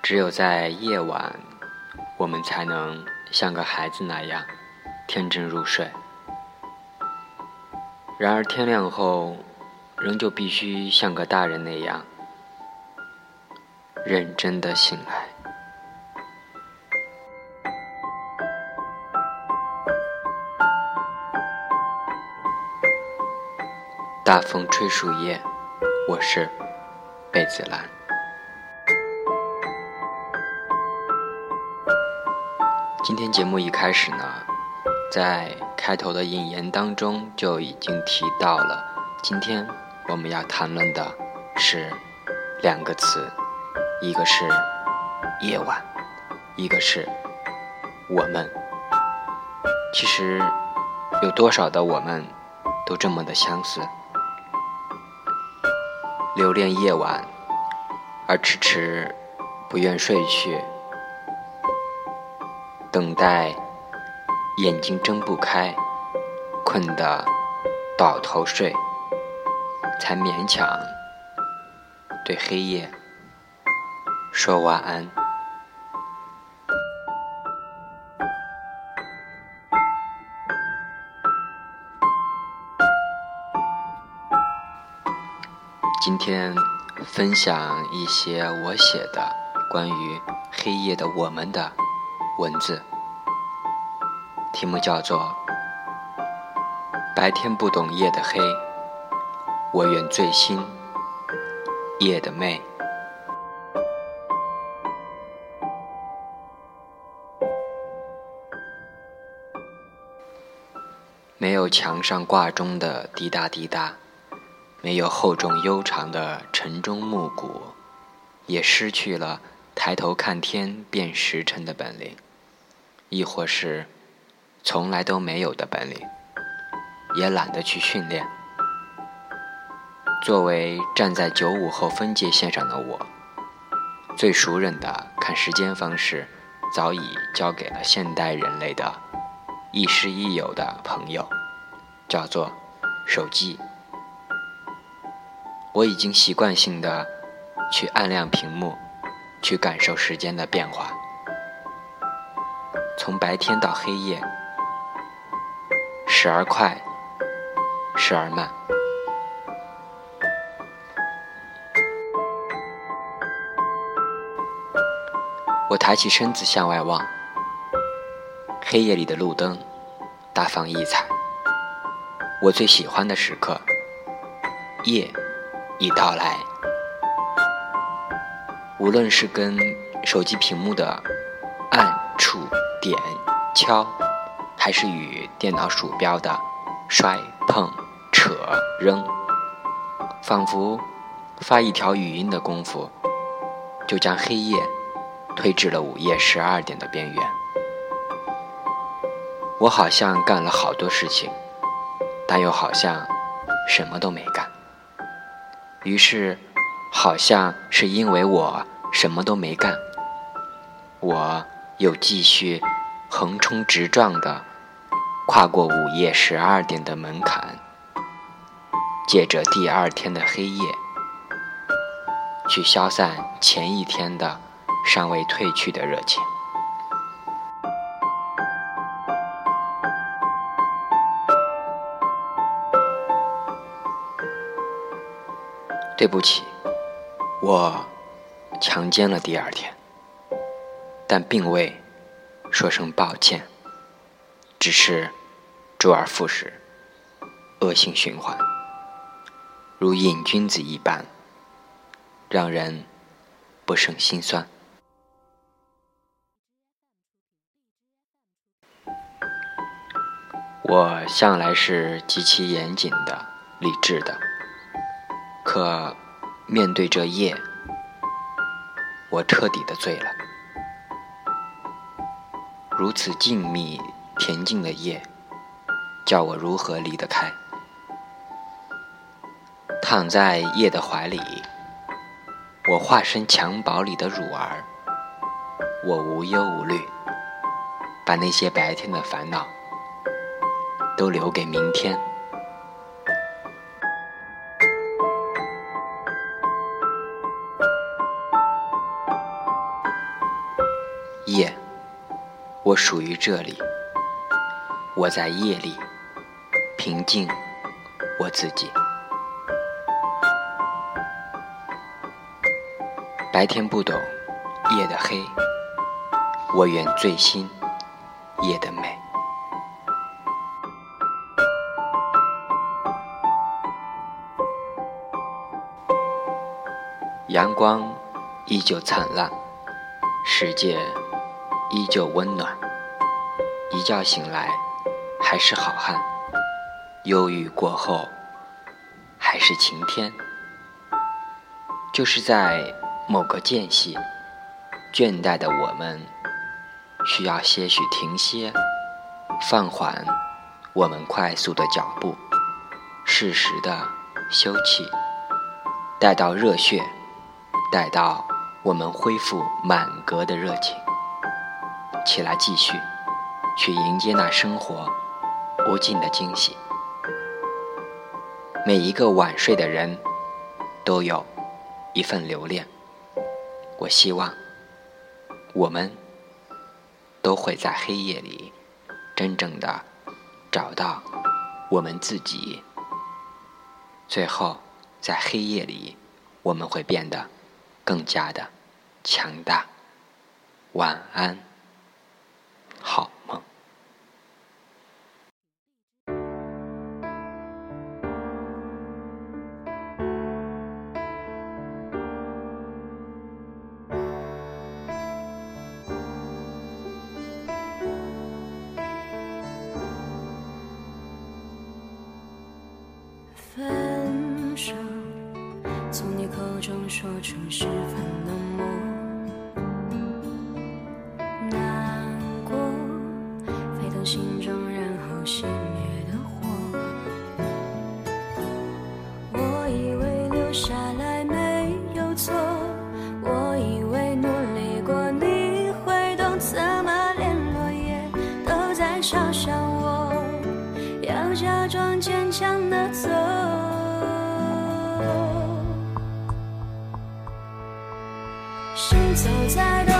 只有在夜晚，我们才能像个孩子那样天真入睡。然而天亮后，仍旧必须像个大人那样认真地醒来。大风吹树叶，我是贝子兰。今天节目一开始呢，在开头的引言当中就已经提到了，今天我们要谈论的是两个词，一个是夜晚，一个是我们。其实有多少的我们都这么的相似，留恋夜晚而迟迟不愿睡去，等待眼睛睁不开，困得倒头睡，才勉强对黑夜说晚安。今天分享一些我写的关于黑夜的我们的文字，题目叫做白天不懂夜的黑，我愿醉心夜的媚。没有墙上挂钟的滴答滴答，没有厚重悠长的晨钟暮鼓，也失去了抬头看天辨时辰的本领，亦或是从来都没有的本领，也懒得去训练。作为站在95后分界线上的我，最熟稔的看时间方式早已交给了现代人类的亦师亦友的朋友，叫做手机。我已经习惯性的去按亮屏幕，去感受时间的变化，从白天到黑夜，时而快，时而慢。我抬起身子向外望，黑夜里的路灯大放异彩。我最喜欢的时刻，夜已到来。无论是跟手机屏幕的按、触、点、敲，还是与电脑鼠标的摔、碰、扯、扔，仿佛发一条语音的功夫，就将黑夜推至了午夜12点的边缘。我好像干了好多事情，但又好像什么都没干。于是好像是因为我什么都没干，我又继续横冲直撞地跨过午夜12点的门槛，借着第二天的黑夜去消散前一天的尚未褪去的热情。对不起，我强奸了第二天，但并未说声抱歉，只是周而复始，恶性循环，如瘾君子一般，让人不胜心酸。我向来是极其严谨的、理智的，可面对这夜，我彻底的醉了。如此静谧恬静的夜，叫我如何离得开？躺在夜的怀里，我化身襁褓里的乳儿，我无忧无虑，把那些白天的烦恼都留给明天。 我属于这里，我在夜里平静我自己。白天不懂夜的黑，我愿醉心夜的美。阳光依旧灿烂，世界依旧温暖。一觉醒来还是好汉，忧郁过后还是晴天。就是在某个间隙，倦怠的我们需要些许停歇，放缓我们快速的脚步，适时的休憩，待到热血，待到我们恢复满格的热情，起来继续去迎接那生活无尽的惊喜。每一个晚睡的人都有一份留恋，我希望我们都会在黑夜里真正的找到我们自己，最后在黑夜里我们会变得更加的强大。晚安，好梦。 分手，从你口中说出十分冷漠，难过沸腾心中然后熄灭的火。我以为留下来没有错，我以为努力过你会懂，怎么连落叶都在嘲笑我，要假装坚强的走。行走在